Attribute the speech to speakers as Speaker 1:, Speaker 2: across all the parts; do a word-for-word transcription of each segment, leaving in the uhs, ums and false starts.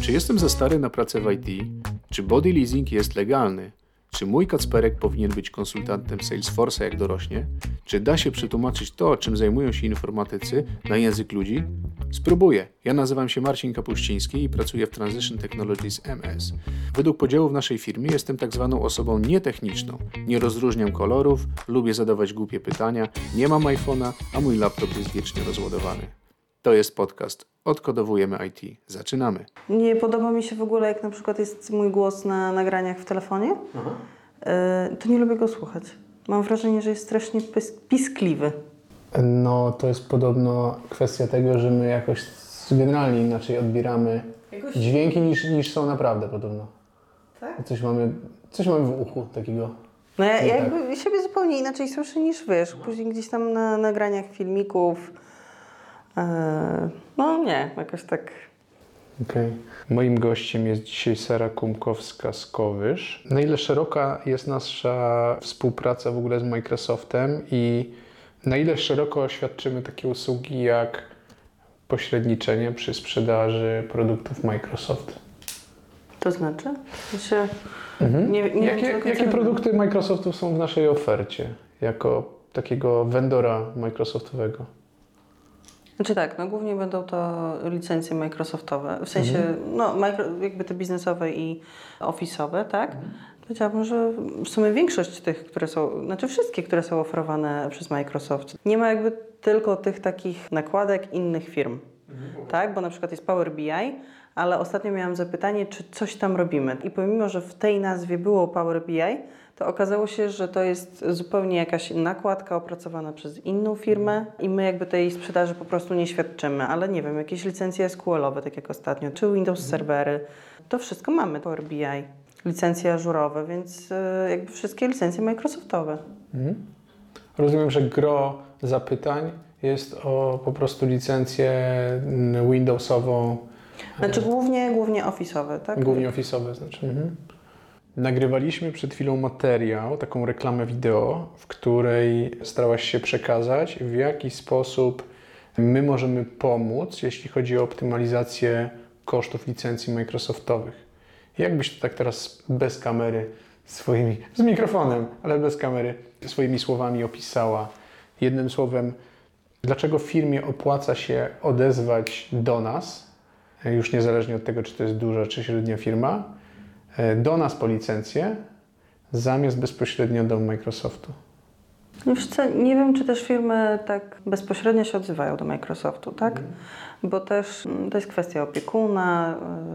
Speaker 1: Czy jestem za stary na pracę w I T? Czy body leasing jest legalny? Czy mój Kacperek powinien być konsultantem Salesforce'a jak dorośnie? Czy da się przetłumaczyć to, czym zajmują się informatycy, na język ludzi? Spróbuję. Ja nazywam się Marcin Kapuściński i pracuję w Transition Technologies M S. Według podziału w naszej firmie jestem tak zwaną osobą nietechniczną. Nie rozróżniam kolorów, lubię zadawać głupie pytania, nie mam iPhone'a, a mój laptop jest wiecznie rozładowany. To jest podcast Odkodowujemy I T. Zaczynamy.
Speaker 2: Nie podoba mi się w ogóle, jak na przykład jest mój głos na nagraniach w telefonie, Aha. to nie lubię go słuchać. Mam wrażenie, że jest strasznie pis- piskliwy.
Speaker 3: No, to jest podobno kwestia tego, że my jakoś generalnie inaczej odbieramy jakoś... dźwięki niż, niż są naprawdę podobno.
Speaker 2: Tak?
Speaker 3: Coś mamy, coś mamy w uchu takiego.
Speaker 2: No ja, ja jakby tak. siebie zupełnie inaczej słyszę niż wiesz. Później gdzieś tam na nagraniach filmików. No nie, jakoś tak.
Speaker 3: Okej. Okay. Moim gościem jest dzisiaj Sara Kumkowska-Skowysz. Na ile szeroka jest nasza współpraca w ogóle z Microsoftem i na ile szeroko świadczymy takie usługi jak pośredniczenie przy sprzedaży produktów Microsoft?
Speaker 2: To znaczy? Znaczy
Speaker 3: mhm. nie, nie jakie wiem, jakie produkty Microsoftu są w naszej ofercie jako takiego vendora Microsoftowego?
Speaker 2: Znaczy tak, no głównie będą to licencje Microsoftowe, w sensie mhm. no micro, jakby te biznesowe i office'owe, tak? Mhm. Powiedziałabym, że w sumie większość tych, które są, znaczy wszystkie, które są oferowane przez Microsoft. Nie ma jakby tylko tych takich nakładek innych firm, mhm. tak? Bo na przykład jest Power B I, ale ostatnio miałam zapytanie, czy coś tam robimy. I pomimo, że w tej nazwie było Power B I, to okazało się, że to jest zupełnie jakaś nakładka opracowana przez inną firmę i my jakby tej sprzedaży po prostu nie świadczymy, ale nie wiem, jakieś licencje S Q L-owe, tak jak ostatnio, czy Windows serwery, to wszystko mamy, Power B I, licencje ażurowe, więc jakby wszystkie licencje Microsoftowe.
Speaker 3: Mhm. Rozumiem, że gro zapytań jest o po prostu licencję Windowsową.
Speaker 2: Znaczy głównie, głównie office'owe, tak?
Speaker 3: Głównie office'owe, znaczy. Mhm. Nagrywaliśmy przed chwilą materiał, taką reklamę wideo, w której starałaś się przekazać, w jaki sposób my możemy pomóc, jeśli chodzi o optymalizację kosztów licencji Microsoftowych. Jak byś to tak teraz bez kamery, swoimi, z mikrofonem, ale bez kamery, swoimi słowami opisała? Jednym słowem, dlaczego firmie opłaca się odezwać do nas, już niezależnie od tego, czy to jest duża, czy średnia firma, do nas po licencję, zamiast bezpośrednio do Microsoftu?
Speaker 2: Wiesz co, nie wiem, czy też firmy tak bezpośrednio się odzywają do Microsoftu, tak? Mm. Bo też to jest kwestia opiekuna.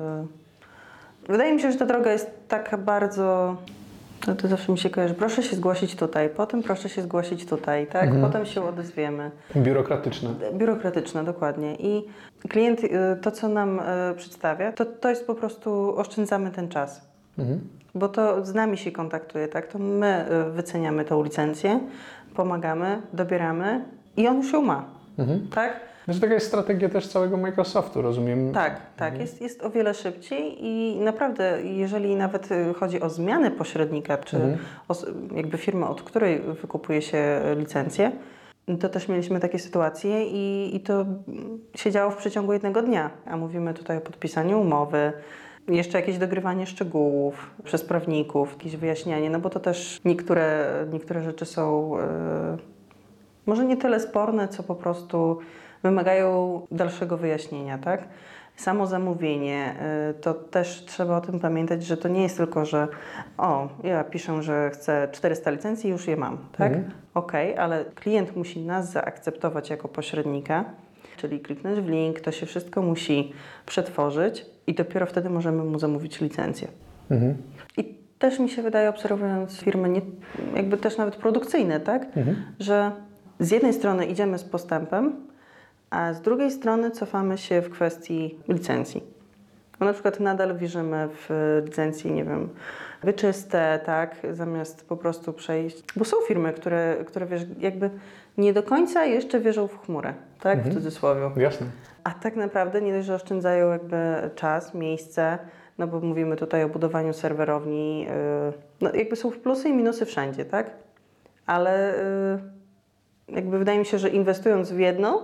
Speaker 2: Wydaje mi się, że ta droga jest taka bardzo... To, to zawsze mi się kojarzy. Proszę się zgłosić tutaj, potem proszę się zgłosić tutaj, tak? Mm. Potem się odezwiemy.
Speaker 3: Biurokratyczne.
Speaker 2: Biurokratyczne, dokładnie. I klient to, co nam przedstawia, to, to jest po prostu oszczędzamy ten czas. Mhm. Bo to z nami się kontaktuje, tak? To my wyceniamy tą licencję, pomagamy, dobieramy i on już ją ma, mhm. tak?
Speaker 3: Znaczy taka jest strategia też całego Microsoftu, rozumiem?
Speaker 2: Tak, tak. Mhm. Jest, jest o wiele szybciej i naprawdę, jeżeli nawet chodzi o zmianę pośrednika, czy mhm. o, jakby firmę, od której wykupuje się licencję, to też mieliśmy takie sytuacje i, i to się działo w przeciągu jednego dnia, a mówimy tutaj o podpisaniu umowy, jeszcze jakieś dogrywanie szczegółów przez prawników, jakieś wyjaśnianie, no bo to też niektóre, niektóre rzeczy są yy, może nie tyle sporne, co po prostu wymagają dalszego wyjaśnienia, tak? Samo zamówienie, yy, to też trzeba o tym pamiętać, że to nie jest tylko, że o, ja piszę, że chcę czterysta licencji i już je mam, tak? Mhm. Okej, okay, ale klient musi nas zaakceptować jako pośrednika, czyli kliknąć w link, to się wszystko musi przetworzyć i dopiero wtedy możemy mu zamówić licencję. Mhm. I też mi się wydaje, obserwując firmy, nie, jakby też nawet produkcyjne, tak, mhm. że z jednej strony idziemy z postępem, a z drugiej strony cofamy się w kwestii licencji. Bo na przykład nadal wierzymy w licencji, nie wiem, wyczyste, tak, zamiast po prostu przejść. Bo są firmy, które, które wiesz, jakby nie do końca jeszcze wierzą w chmurę, tak, mhm. w cudzysłowie.
Speaker 3: Jasne.
Speaker 2: A tak naprawdę nie dość, że oszczędzają jakby czas, miejsce, no bo mówimy tutaj o budowaniu serwerowni, yy, no jakby są plusy i minusy wszędzie, tak? Ale yy, jakby wydaje mi się, że inwestując w jedno,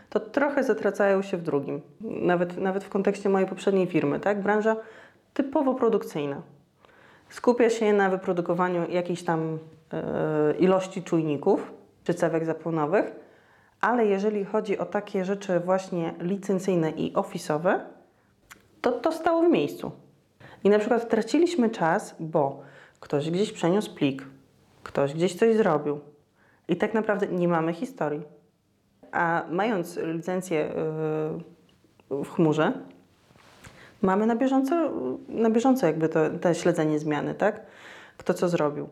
Speaker 2: to trochę zatracają się w drugim. Nawet, nawet w kontekście mojej poprzedniej firmy, tak? Branża typowo produkcyjna. Skupia się na wyprodukowaniu jakiejś tam e, ilości czujników czy cewek zapłonowych, ale jeżeli chodzi o takie rzeczy właśnie licencyjne i ofisowe, to to stało w miejscu. I na przykład traciliśmy czas, bo ktoś gdzieś przeniósł plik, ktoś gdzieś coś zrobił i tak naprawdę nie mamy historii. A mając licencję yy, w chmurze, mamy na bieżąco, na bieżąco jakby to, to śledzenie zmiany, tak? Kto co zrobił.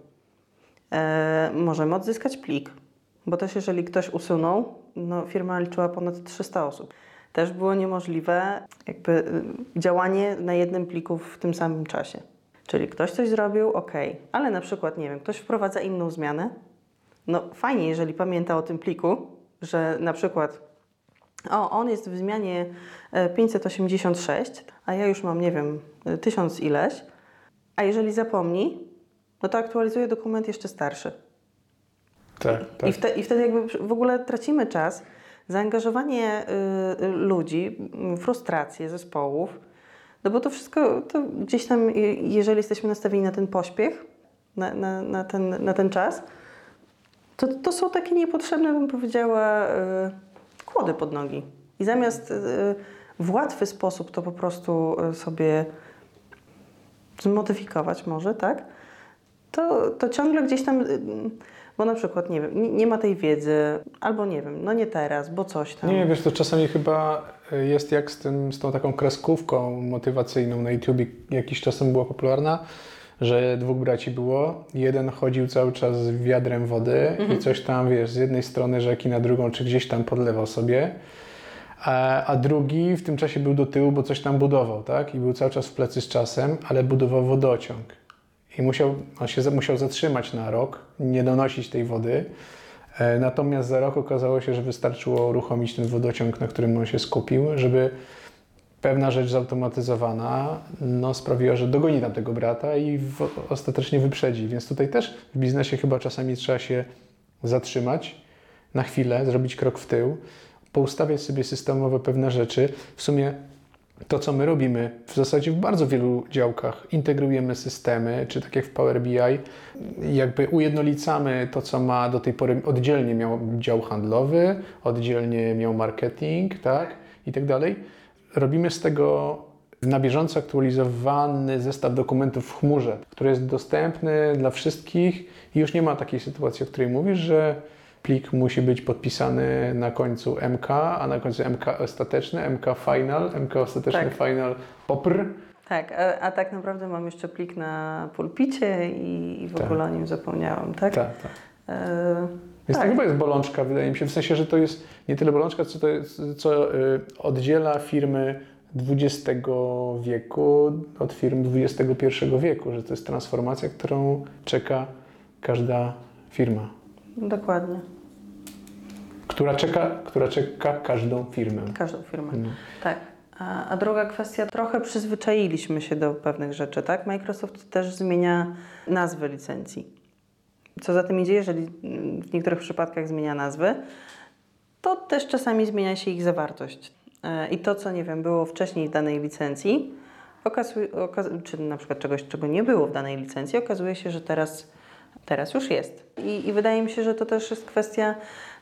Speaker 2: E, możemy odzyskać plik, bo też jeżeli ktoś usunął, no firma liczyła ponad trzysta osób. Też było niemożliwe jakby y, działanie na jednym pliku w tym samym czasie. Czyli ktoś coś zrobił, ok, ale na przykład, nie wiem, ktoś wprowadza inną zmianę. No fajnie, jeżeli pamięta o tym pliku, że na przykład o, on jest w zmianie pięćset osiemdziesiąt sześć, a ja już mam, nie wiem, tysiąc ileś, a jeżeli zapomni, no to aktualizuje dokument jeszcze starszy.
Speaker 3: Tak, tak.
Speaker 2: I, wte, I wtedy jakby w ogóle tracimy czas, zaangażowanie y, ludzi, frustrację zespołów, no bo to wszystko, to gdzieś tam, jeżeli jesteśmy nastawieni na ten pośpiech, na, na, na, ten, na ten czas, to, to są takie niepotrzebne, bym powiedziała, y, kłody pod nogi. I zamiast y, w łatwy sposób to po prostu sobie zmodyfikować może, tak? To, to ciągle gdzieś tam, y, bo na przykład, nie wiem, nie, nie ma tej wiedzy, albo nie wiem, no nie teraz, bo coś tam.
Speaker 3: Nie, wiesz, to czasami chyba jest jak z, tym, z tą taką kreskówką motywacyjną na YouTubie, jakiś czasem była popularna, że dwóch braci było, jeden chodził cały czas z wiadrem wody mhm. i coś tam, wiesz, z jednej strony rzeki na drugą, czy gdzieś tam podlewał sobie, a, a drugi w tym czasie był do tyłu, bo coś tam budował, tak? I był cały czas w plecy z czasem, ale budował wodociąg. I musiał, on się musiał zatrzymać na rok, nie donosić tej wody. E, natomiast za rok okazało się, że wystarczyło uruchomić ten wodociąg, na którym on się skupił, żeby pewna rzecz zautomatyzowana no, sprawiła, że dogoni tam tego brata i w, ostatecznie wyprzedzi. Więc tutaj też w biznesie chyba czasami trzeba się zatrzymać na chwilę, zrobić krok w tył, poustawiać sobie systemowe pewne rzeczy. W sumie to, co my robimy w zasadzie w bardzo wielu działkach, integrujemy systemy, czy tak jak w Power B I, jakby ujednolicamy to, co ma do tej pory, oddzielnie miał dział handlowy, oddzielnie miał marketing, tak, i tak dalej. Robimy z tego na bieżąco aktualizowany zestaw dokumentów w chmurze, który jest dostępny dla wszystkich i już nie ma takiej sytuacji, o której mówisz, że plik musi być podpisany na końcu M K, a na końcu M K ostateczny, M K final, M K ostateczny
Speaker 2: tak.
Speaker 3: final popr.
Speaker 2: Tak, a, a tak naprawdę mam jeszcze plik na pulpicie i, i w
Speaker 3: tak.
Speaker 2: ogóle o nim zapomniałam, tak?
Speaker 3: Tak, tak.
Speaker 2: E,
Speaker 3: Więc
Speaker 2: tak.
Speaker 3: to chyba jest bolączka, wydaje mi się, w sensie, że to jest nie tyle bolączka, co to jest, co y, oddziela firmy dwudziestego wieku od firm dwudziestego pierwszego wieku, że to jest transformacja, którą czeka każda firma.
Speaker 2: Dokładnie.
Speaker 3: Która czeka, która czeka każdą firmę.
Speaker 2: Każdą firmę,
Speaker 3: no.
Speaker 2: tak. A, a druga kwestia, trochę przyzwyczailiśmy się do pewnych rzeczy, tak? Microsoft też zmienia nazwy licencji. Co za tym idzie, jeżeli w niektórych przypadkach zmienia nazwy, to też czasami zmienia się ich zawartość. I to, co nie wiem, było wcześniej w danej licencji, okazuje, okaz- czy na przykład czegoś, czego nie było w danej licencji, okazuje się, że teraz, teraz już jest. I, I wydaje mi się, że to też jest kwestia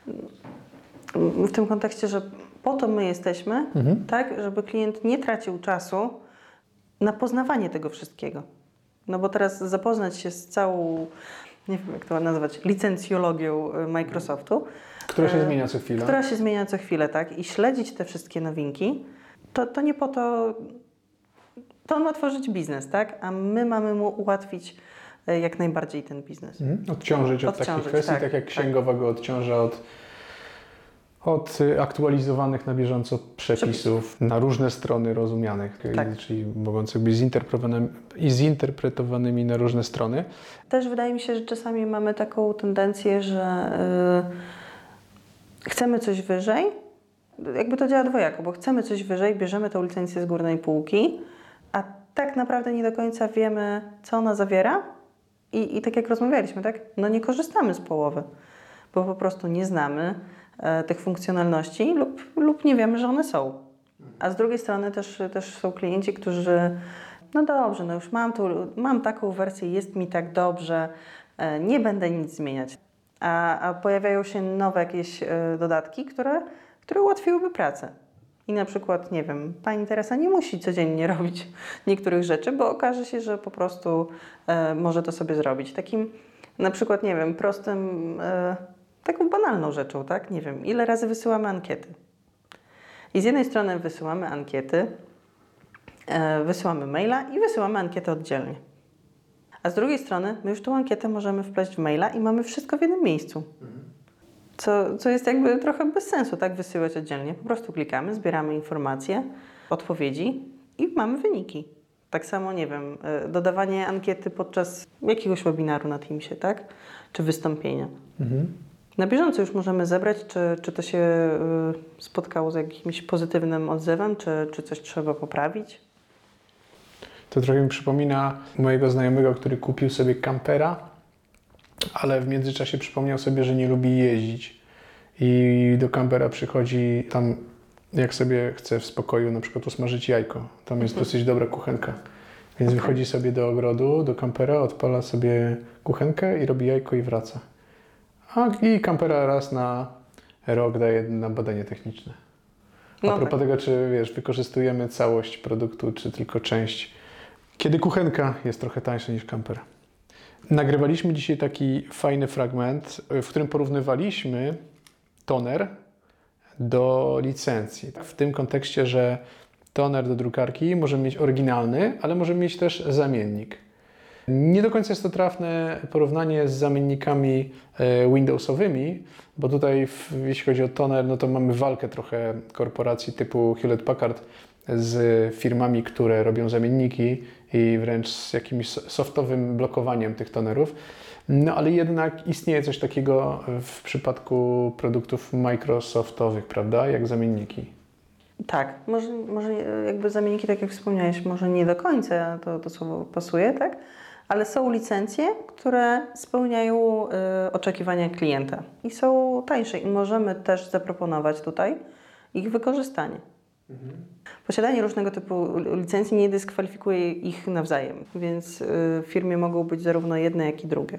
Speaker 2: w tym kontekście, że po to my jesteśmy, mhm. tak, żeby klient nie tracił czasu na poznawanie tego wszystkiego. No bo teraz zapoznać się z całą, nie wiem jak to nazwać, licencjologią Microsoftu,
Speaker 3: która się zmienia co chwilę.
Speaker 2: Która się zmienia co chwilę, tak? I śledzić te wszystkie nowinki, to, to nie po to, to on ma tworzyć biznes, tak? A my mamy mu ułatwić jak najbardziej ten biznes.
Speaker 3: Mhm. Odciążyć od
Speaker 2: Odciążyć,
Speaker 3: takich kwestii, tak, tak jak księgowa tak. go odciąża od, od aktualizowanych na bieżąco przepisów Przepis. na różne strony rozumianych, tak. czyli mogących być zinterpretowanymi, zinterpretowanymi na różne strony.
Speaker 2: Też wydaje mi się, że czasami mamy taką tendencję, że yy, chcemy coś wyżej, jakby to działa dwojako, bo chcemy coś wyżej, bierzemy tą licencję z górnej półki, a tak naprawdę nie do końca wiemy, co ona zawiera i, i tak jak rozmawialiśmy, tak? No nie korzystamy z połowy, bo po prostu nie znamy, e, tych funkcjonalności lub, lub nie wiemy, że one są. A z drugiej strony też, też są klienci, którzy no dobrze, no już mam, tu, mam taką wersję, jest mi tak dobrze, e, nie będę nic zmieniać. A, a pojawiają się nowe jakieś e, dodatki, które, które ułatwiłyby pracę. I na przykład, nie wiem, pani Teresa nie musi codziennie robić niektórych rzeczy, bo okaże się, że po prostu e, może to sobie zrobić. Takim na przykład, nie wiem, prostym, e, taką banalną rzeczą, tak? Nie wiem, ile razy wysyłamy ankiety. I z jednej strony wysyłamy ankiety, e, wysyłamy maila i wysyłamy ankietę oddzielnie. A z drugiej strony my już tą ankietę możemy wpleść w maila i mamy wszystko w jednym miejscu. Co, co jest jakby trochę bez sensu, tak, wysyłać oddzielnie. Po prostu klikamy, zbieramy informacje, odpowiedzi i mamy wyniki. Tak samo, nie wiem, dodawanie ankiety podczas jakiegoś webinaru na Teamsie, tak? Czy wystąpienia. Mhm. Na bieżąco już możemy zebrać, czy, czy to się spotkało z jakimś pozytywnym odzewem, czy, czy coś trzeba poprawić.
Speaker 3: To trochę mi przypomina mojego znajomego, który kupił sobie kampera, ale w międzyczasie przypomniał sobie, że nie lubi jeździć i do kampera przychodzi tam, jak sobie chce w spokoju na przykład usmażyć jajko. Tam jest mhm. dosyć dobra kuchenka. Więc okay. wychodzi sobie do ogrodu, do kampera, odpala sobie kuchenkę i robi jajko i wraca. A i kampera raz na rok daje na badanie techniczne. A no propos tak. tego, czy wiesz, wykorzystujemy całość produktu, czy tylko część. Kiedy kuchenka jest trochę tańsza niż kamper. Nagrywaliśmy dzisiaj taki fajny fragment, w którym porównywaliśmy toner do licencji. W tym kontekście, że toner do drukarki możemy mieć oryginalny, ale możemy mieć też zamiennik. Nie do końca jest to trafne porównanie z zamiennikami Windowsowymi, bo tutaj jeśli chodzi o toner, no to mamy walkę trochę korporacji typu Hewlett-Packard z firmami, które robią zamienniki i wręcz z jakimś softowym blokowaniem tych tonerów. No ale jednak istnieje coś takiego w przypadku produktów Microsoftowych, prawda, jak zamienniki.
Speaker 2: Tak, może, może jakby zamienniki, tak jak wspomniałeś, może nie do końca to, to słowo pasuje, tak? Ale są licencje, które spełniają y, oczekiwania klienta i są tańsze i możemy też zaproponować tutaj ich wykorzystanie. Mhm. Posiadanie różnego typu licencji nie dyskwalifikuje ich nawzajem, więc y, w firmie mogą być zarówno jedne, jak i drugie.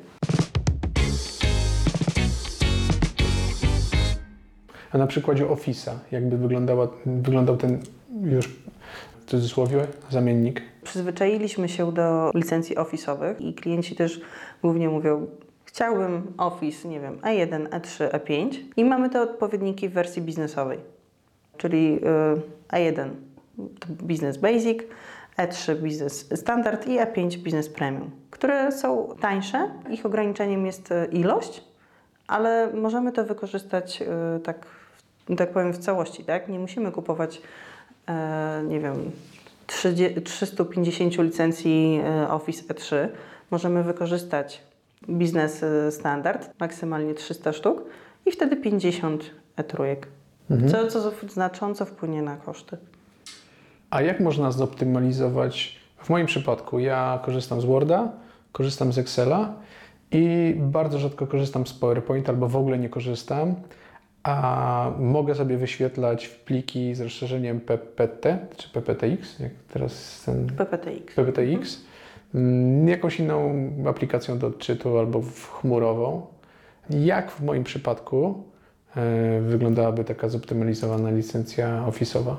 Speaker 3: A na przykładzie Office'a, jakby wyglądała, wyglądał ten już w cudzysłowie zamiennik?
Speaker 2: Przyzwyczailiśmy się do licencji office'owych i klienci też głównie mówią, chciałbym Office, nie wiem, E jeden, E trzy, E pięć i mamy te odpowiedniki w wersji biznesowej, czyli E jeden to Business Basic, E trzy Business Standard i E pięć Business Premium, które są tańsze, ich ograniczeniem jest ilość, ale możemy to wykorzystać tak, tak powiem w całości, tak? Nie musimy kupować, nie wiem, trzysta pięćdziesiąt licencji Office E trzy. Możemy wykorzystać Business Standard, maksymalnie trzysta sztuk i wtedy pięćdziesiąt E trzy, mhm. co, co znacząco wpłynie na koszty.
Speaker 3: A jak można zoptymalizować? W moim przypadku ja korzystam z Worda, korzystam z Excela i bardzo rzadko korzystam z PowerPoint albo w ogóle nie korzystam, a mogę sobie wyświetlać pliki z rozszerzeniem P P T czy P P T X, jak teraz ten
Speaker 2: P P T X,
Speaker 3: P P T X mhm. jakąś inną aplikacją do odczytu albo chmurową. Jak w moim przypadku y, wyglądałaby taka zoptymalizowana licencja Office'owa?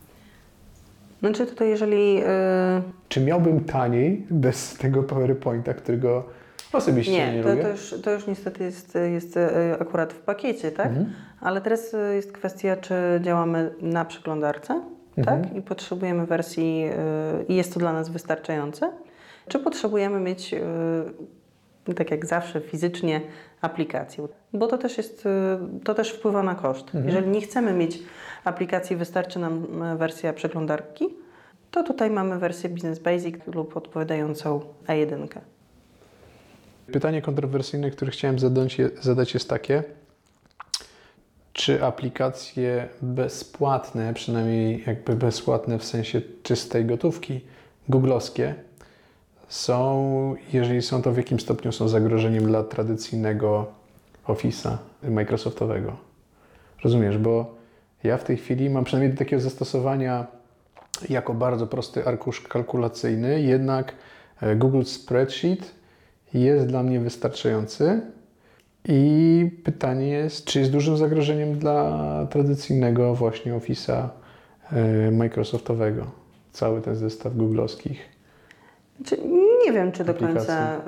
Speaker 2: Znaczy tutaj jeżeli... Yy...
Speaker 3: Czy miałbym taniej bez tego PowerPointa, którego osobiście nie, nie
Speaker 2: to,
Speaker 3: lubię?
Speaker 2: Nie, to, to już niestety jest, jest akurat w pakiecie, tak? Mhm. Ale teraz jest kwestia, czy działamy na przeglądarce, mhm. tak? I potrzebujemy wersji yy, i jest to dla nas wystarczające, czy potrzebujemy mieć, yy, tak jak zawsze, fizycznie aplikację. Bo to też jest, yy, to też wpływa na koszt. Mhm. Jeżeli nie chcemy mieć aplikacji, wystarczy nam wersja przeglądarki, to tutaj mamy wersję Business Basic lub odpowiadającą E jeden.
Speaker 3: Pytanie kontrowersyjne, które chciałem zadać, zadać jest takie, czy aplikacje bezpłatne, przynajmniej jakby bezpłatne w sensie czystej gotówki, googlowskie, są, jeżeli są, to w jakim stopniu są zagrożeniem dla tradycyjnego Office'a Microsoftowego? Rozumiesz, bo ja w tej chwili mam przynajmniej do takiego zastosowania jako bardzo prosty arkusz kalkulacyjny, jednak Google Spreadsheet jest dla mnie wystarczający i pytanie jest, czy jest dużym zagrożeniem dla tradycyjnego właśnie Office'a Microsoftowego, cały ten zestaw googlowskich.
Speaker 2: Nie wiem, czy do
Speaker 3: aplikacji.
Speaker 2: końca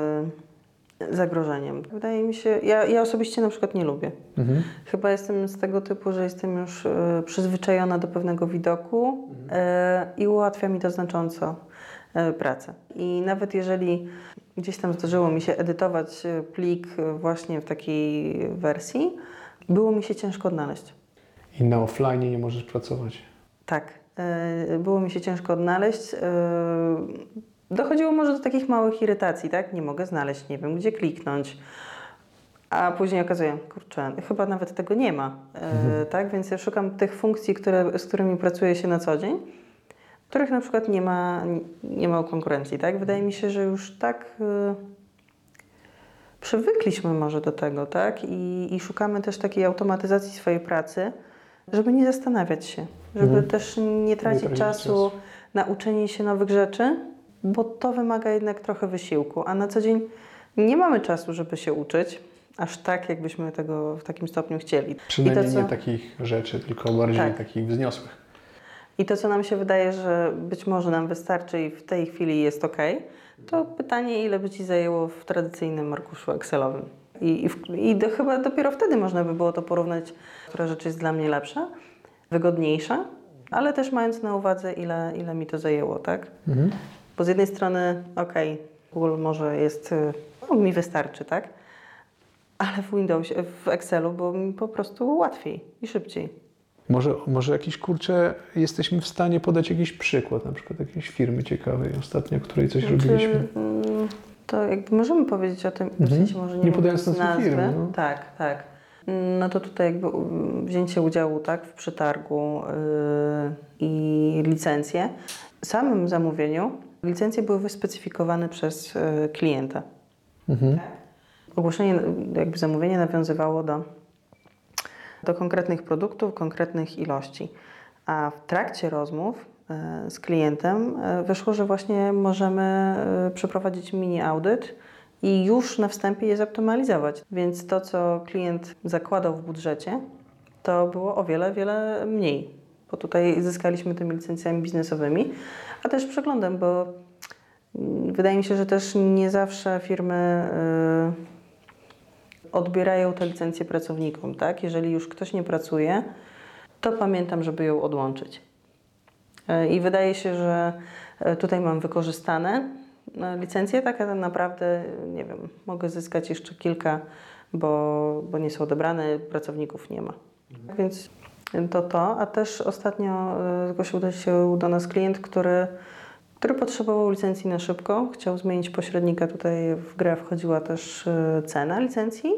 Speaker 2: y, zagrożeniem. Wydaje mi się, ja, ja osobiście na przykład nie lubię.
Speaker 3: Mhm.
Speaker 2: Chyba jestem z tego typu, że jestem już y, przyzwyczajona do pewnego widoku y, i ułatwia mi to znacząco y, pracę. I nawet jeżeli gdzieś tam zdarzyło mi się edytować plik właśnie w takiej wersji, było mi się ciężko odnaleźć.
Speaker 3: I na offline nie możesz pracować.
Speaker 2: Tak, y, było mi się ciężko odnaleźć. Y, Dochodziło może do takich małych irytacji, tak? Nie mogę znaleźć, nie wiem, gdzie kliknąć. A później okazuje, kurczę, chyba nawet tego nie ma, mhm. e, tak? Więc ja szukam tych funkcji, które, z którymi pracuję się na co dzień, których na przykład nie ma, nie ma konkurencji, tak? Wydaje mi się, że już tak e, przywykliśmy może do tego, tak? I, I szukamy też takiej automatyzacji swojej pracy, żeby nie zastanawiać się, żeby mhm. też nie tracić
Speaker 3: nie
Speaker 2: czasu
Speaker 3: czas.
Speaker 2: na uczenie się nowych rzeczy, bo to wymaga jednak trochę wysiłku, a na co dzień nie mamy czasu, żeby się uczyć, aż tak, jakbyśmy tego w takim stopniu chcieli.
Speaker 3: Przynajmniej
Speaker 2: I to, co...
Speaker 3: nie takich rzeczy, tylko bardziej
Speaker 2: tak.
Speaker 3: takich wzniosłych.
Speaker 2: I to, co nam się wydaje, że być może nam wystarczy i w tej chwili jest ok, to pytanie, ile by Ci zajęło w tradycyjnym arkuszu Excelowym. I, i, i do, chyba dopiero wtedy można by było to porównać, która rzecz jest dla mnie lepsza, wygodniejsza, ale też mając na uwadze, ile, ile mi to zajęło, tak? Mhm. Bo z jednej strony, ok, Google może jest, no, mi wystarczy, tak? Ale w Windowsie, w Excelu było mi po prostu łatwiej i szybciej.
Speaker 3: Może, może jakiś, kurczę, jesteśmy w stanie podać jakiś przykład, na przykład jakiejś firmy ciekawej ostatnio, której coś znaczy, robiliśmy?
Speaker 2: To jakby możemy powiedzieć o tym,
Speaker 3: mhm.
Speaker 2: w sensie może nie,
Speaker 3: nie podając nazwy firmy. No.
Speaker 2: Tak, tak. No to tutaj jakby wzięcie udziału, tak, w przetargu yy, i licencje. W samym zamówieniu licencje były wyspecyfikowane przez y, klienta. Mhm. Ogłoszenie, jakby zamówienie nawiązywało do, do konkretnych produktów, konkretnych ilości. A w trakcie rozmów y, z klientem y, wyszło, że właśnie możemy y, przeprowadzić mini audyt i już na wstępie je zoptymalizować. Więc to, co klient zakładał w budżecie, to było o wiele, wiele mniej. Bo tutaj zyskaliśmy tymi licencjami biznesowymi, a też przeglądem, bo wydaje mi się, że też nie zawsze firmy y, odbierają te licencje pracownikom, tak? Jeżeli już ktoś nie pracuje, to pamiętam, żeby ją odłączyć. Y, I wydaje się, że tutaj mam wykorzystane licencje, tak a naprawdę, nie wiem, mogę zyskać jeszcze kilka, bo, bo nie są odebrane, pracowników nie ma. Mhm. Więc to to, a też ostatnio zgłosił się do nas klient, który, który potrzebował licencji na szybko, chciał zmienić pośrednika, tutaj w grę wchodziła też cena licencji.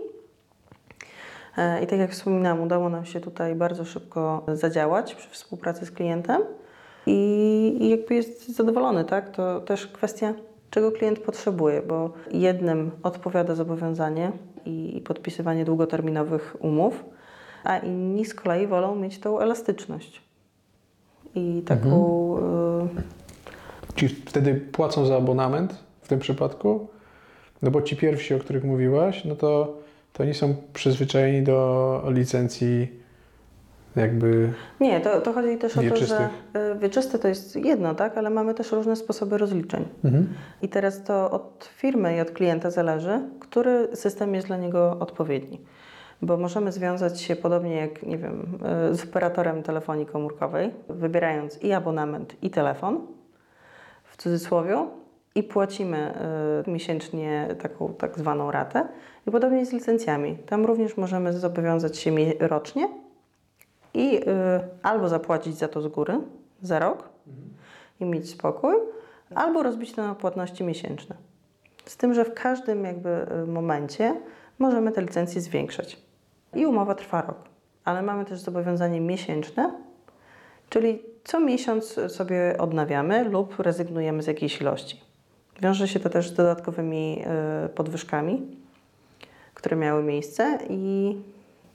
Speaker 2: I tak jak wspominałam, udało nam się tutaj bardzo szybko zadziałać przy współpracy z klientem i, i jakby jest zadowolony, tak? To też kwestia, czego klient potrzebuje, bo jednym odpowiada zobowiązanie i, i podpisywanie długoterminowych umów, a inni z kolei wolą mieć tą elastyczność i taką... Mhm. Y...
Speaker 3: Czyli wtedy płacą za abonament w tym przypadku? No bo ci pierwsi, o których mówiłaś, no to, to oni są przyzwyczajeni do licencji jakby
Speaker 2: Nie, to, to chodzi też
Speaker 3: wieczystych.
Speaker 2: o to, że y, wieczyste to jest jedno, tak, ale mamy też różne sposoby rozliczeń. Mhm. I teraz to od firmy i od klienta zależy, który system jest dla niego odpowiedni. Bo możemy związać się podobnie jak, nie wiem, z operatorem telefonii komórkowej, wybierając i abonament, i telefon, w cudzysłowie, i płacimy y, miesięcznie taką tak zwaną ratę. I podobnie z licencjami. Tam również możemy zobowiązać się rocznie i y, albo zapłacić za to z góry, za rok mhm. i mieć spokój, albo rozbić to na płatności miesięczne. Z tym, że w każdym jakby momencie możemy te licencje zwiększać. I umowa trwa rok. Ale mamy też zobowiązanie miesięczne, czyli co miesiąc sobie odnawiamy lub rezygnujemy z jakiejś ilości. Wiąże się to też z dodatkowymi y, podwyżkami, które miały miejsce i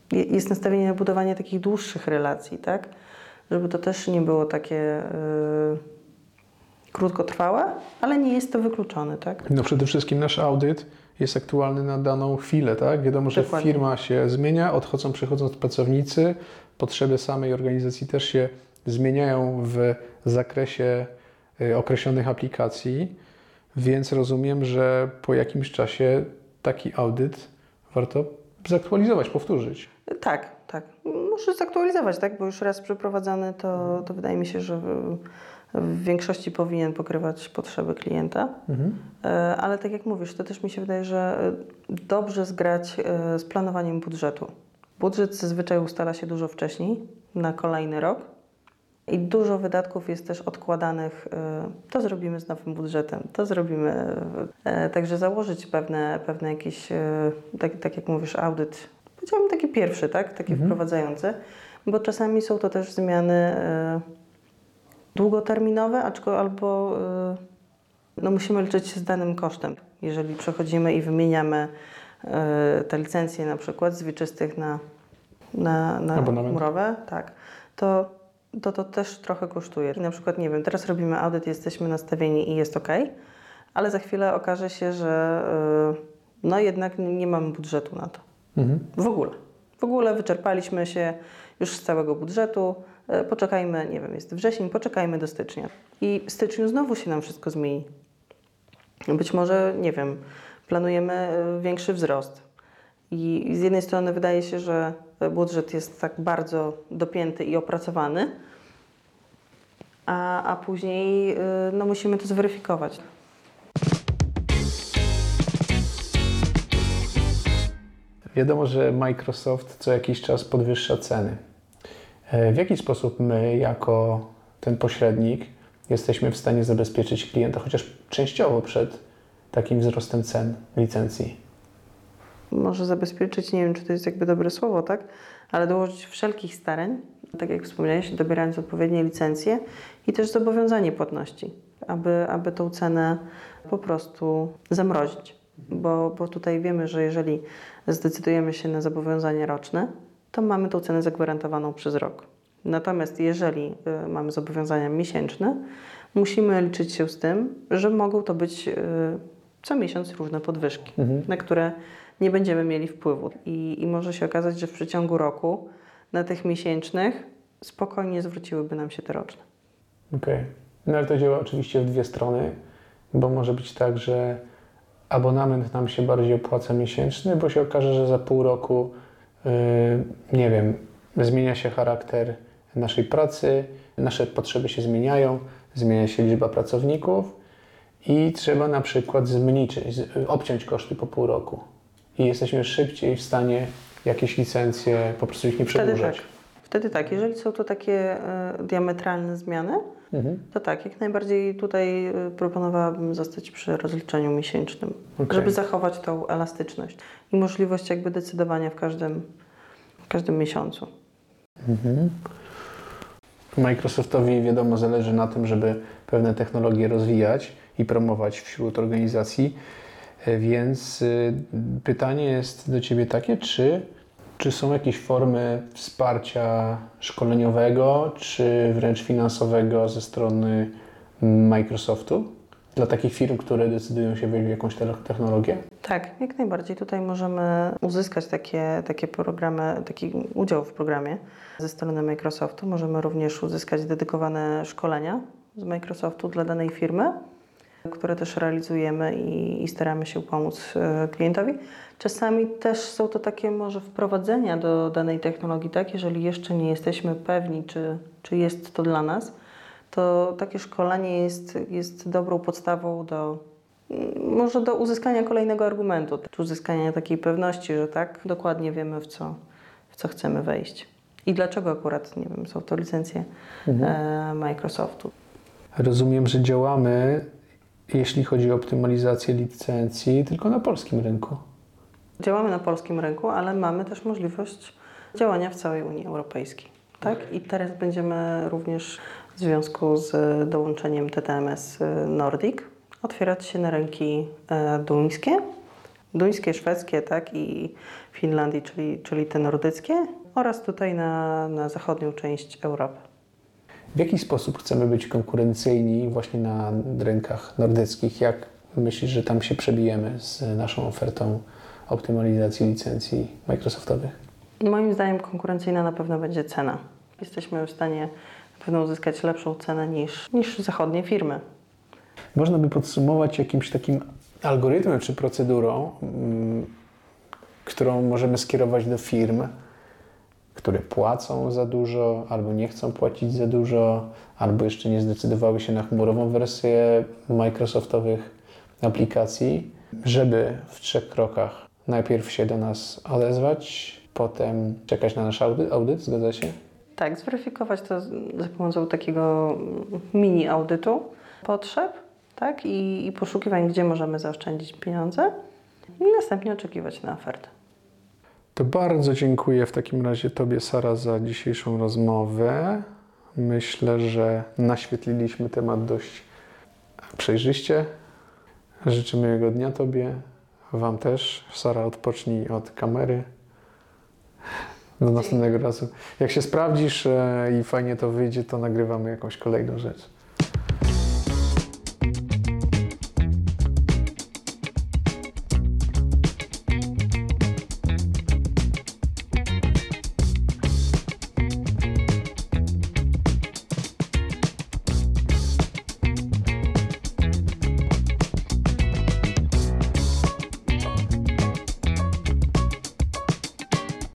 Speaker 2: je- jest nastawienie na budowanie takich dłuższych relacji, tak? Żeby to też nie było takie y, krótkotrwałe, ale nie jest to wykluczone, tak?
Speaker 3: No przede wszystkim nasz audyt jest aktualny na daną chwilę, tak? Wiadomo, że
Speaker 2: Dokładnie.
Speaker 3: firma się zmienia, odchodzą, przychodzą pracownicy, potrzeby samej organizacji też się zmieniają w zakresie y, określonych aplikacji, więc rozumiem, że po jakimś czasie taki audyt warto zaktualizować, powtórzyć.
Speaker 2: Tak, tak. Muszę zaktualizować, tak? Bo już raz przeprowadzany, to, to wydaje mi się, że w, w większości powinien pokrywać potrzeby klienta.
Speaker 3: Mhm.
Speaker 2: E, Ale tak jak mówisz, to też mi się wydaje, że dobrze zgrać e, z planowaniem budżetu. Budżet zazwyczaj ustala się dużo wcześniej, na kolejny rok. I dużo wydatków jest też odkładanych. e, To zrobimy z nowym budżetem, to zrobimy. e, Także założyć pewne, pewne jakieś, e, tak, tak jak mówisz, audyt. Powiedziałabym taki pierwszy, tak? Taki wprowadzający, bo czasami są to też zmiany e, długoterminowe, aczkolwiek albo e, no musimy liczyć się z danym kosztem. Jeżeli przechodzimy i wymieniamy e, te licencje na przykład z wieczystych na, na, na
Speaker 3: Abonament.
Speaker 2: chmurowe, tak, to, to to też trochę kosztuje. I na przykład, nie wiem, teraz robimy audyt, jesteśmy nastawieni i jest ok, ale za chwilę okaże się, że e, no jednak nie mamy budżetu na to.
Speaker 3: Mhm.
Speaker 2: W ogóle. W ogóle wyczerpaliśmy się już z całego budżetu. E, Poczekajmy, nie wiem, jest wrzesień, poczekajmy do stycznia. I w styczniu znowu się nam wszystko zmieni. Być może, nie wiem, planujemy e, większy wzrost. I z jednej strony wydaje się, że budżet jest tak bardzo dopięty i opracowany, a, a później e, no, musimy to zweryfikować.
Speaker 3: Wiadomo, że Microsoft co jakiś czas podwyższa ceny. E, W jaki sposób my, jako ten pośrednik, jesteśmy w stanie zabezpieczyć klienta, chociaż częściowo przed takim wzrostem cen licencji?
Speaker 2: Może zabezpieczyć, nie wiem, czy to jest jakby dobre słowo, tak? Ale dołożyć wszelkich starań, tak jak wspomniałeś, dobierając odpowiednie licencje i też zobowiązanie płatności, aby, aby tą cenę po prostu zamrozić. Bo, bo tutaj wiemy, że jeżeli zdecydujemy się na zobowiązanie roczne, to mamy tą cenę zagwarantowaną przez rok. Natomiast jeżeli y, mamy zobowiązania miesięczne, musimy liczyć się z tym, że mogą to być y, co miesiąc różne podwyżki,
Speaker 3: Mhm.
Speaker 2: na które nie będziemy mieli wpływu. I, I może się okazać, że w przeciągu roku na tych miesięcznych spokojnie zwróciłyby nam się te roczne.
Speaker 3: Okej. No ale to działa oczywiście w dwie strony, bo może być tak, że abonament nam się bardziej opłaca miesięczny, bo się okaże, że za pół roku, yy, nie wiem, zmienia się charakter naszej pracy, nasze potrzeby się zmieniają, zmienia się liczba pracowników i trzeba na przykład zmniejszyć, z- obciąć koszty po pół roku. I jesteśmy szybciej w stanie jakieś licencje, po prostu ich nie
Speaker 2: Wtedy
Speaker 3: przedłużać.
Speaker 2: tak. Wtedy tak. Jeżeli są to takie y, diametralne zmiany,
Speaker 3: Mhm.
Speaker 2: to tak, jak najbardziej tutaj y, proponowałabym zostać przy rozliczeniu miesięcznym,
Speaker 3: Okej.
Speaker 2: żeby zachować tą elastyczność i możliwość jakby decydowania w każdym, w każdym miesiącu.
Speaker 3: Mhm. Microsoftowi wiadomo zależy na tym, żeby pewne technologie rozwijać i promować wśród organizacji, E, więc y, pytanie jest do Ciebie takie, czy, czy są jakieś formy wsparcia szkoleniowego, czy wręcz finansowego ze strony Microsoftu dla takich firm, które decydują się wejść w jakąś te- technologię?
Speaker 2: Tak, jak najbardziej. Tutaj możemy uzyskać takie, takie programy, taki udział w programie ze strony Microsoftu. Możemy również uzyskać dedykowane szkolenia z Microsoftu dla danej firmy, które też realizujemy i, i staramy się pomóc e, klientowi. Czasami też są to takie może wprowadzenia do danej technologii, tak? Jeżeli jeszcze nie jesteśmy pewni, czy, czy jest to dla nas, to takie szkolenie jest, jest dobrą podstawą do może do uzyskania kolejnego argumentu, czy uzyskania takiej pewności, że tak, dokładnie wiemy, w co, w co chcemy wejść. I dlaczego akurat, nie wiem, są to licencje
Speaker 3: Mhm.
Speaker 2: e, Microsoftu.
Speaker 3: Rozumiem, że działamy, jeśli chodzi o optymalizację licencji, tylko na polskim rynku.
Speaker 2: Działamy na polskim rynku, ale mamy też możliwość działania w całej Unii Europejskiej. Tak? I teraz będziemy również w związku z dołączeniem T T M S Nordic otwierać się na rynki e, duńskie duńskie, szwedzkie, tak, i Finlandii, czyli, czyli te nordyckie, oraz tutaj na, na zachodnią część Europy.
Speaker 3: W jaki sposób chcemy być konkurencyjni właśnie na rynkach nordyckich? Jak myślisz, że tam się przebijemy z naszą ofertą optymalizacji licencji Microsoftowych?
Speaker 2: Moim zdaniem konkurencyjna na pewno będzie cena. Jesteśmy w stanie na pewno uzyskać lepszą cenę niż, niż zachodnie firmy.
Speaker 3: Można by podsumować jakimś takim algorytmem czy procedurą, mm, którą możemy skierować do firm, które płacą za dużo, albo nie chcą płacić za dużo, albo jeszcze nie zdecydowały się na chmurową wersję Microsoftowych aplikacji, żeby w trzech krokach najpierw się do nas odezwać, potem czekać na nasz audyt, audyt, zgadza się?
Speaker 2: Tak, zweryfikować to za pomocą takiego mini audytu potrzeb, tak, i, i poszukiwań, gdzie możemy zaoszczędzić pieniądze, i następnie oczekiwać na ofertę.
Speaker 3: To bardzo dziękuję w takim razie Tobie, Sara, za dzisiejszą rozmowę. Myślę, że naświetliliśmy temat dość przejrzyście. Życzę miłego dnia Tobie, Wam też. Sara, odpocznij od kamery. Do następnego razu. Jak się sprawdzisz e, i fajnie to wyjdzie, to nagrywamy jakąś kolejną rzecz.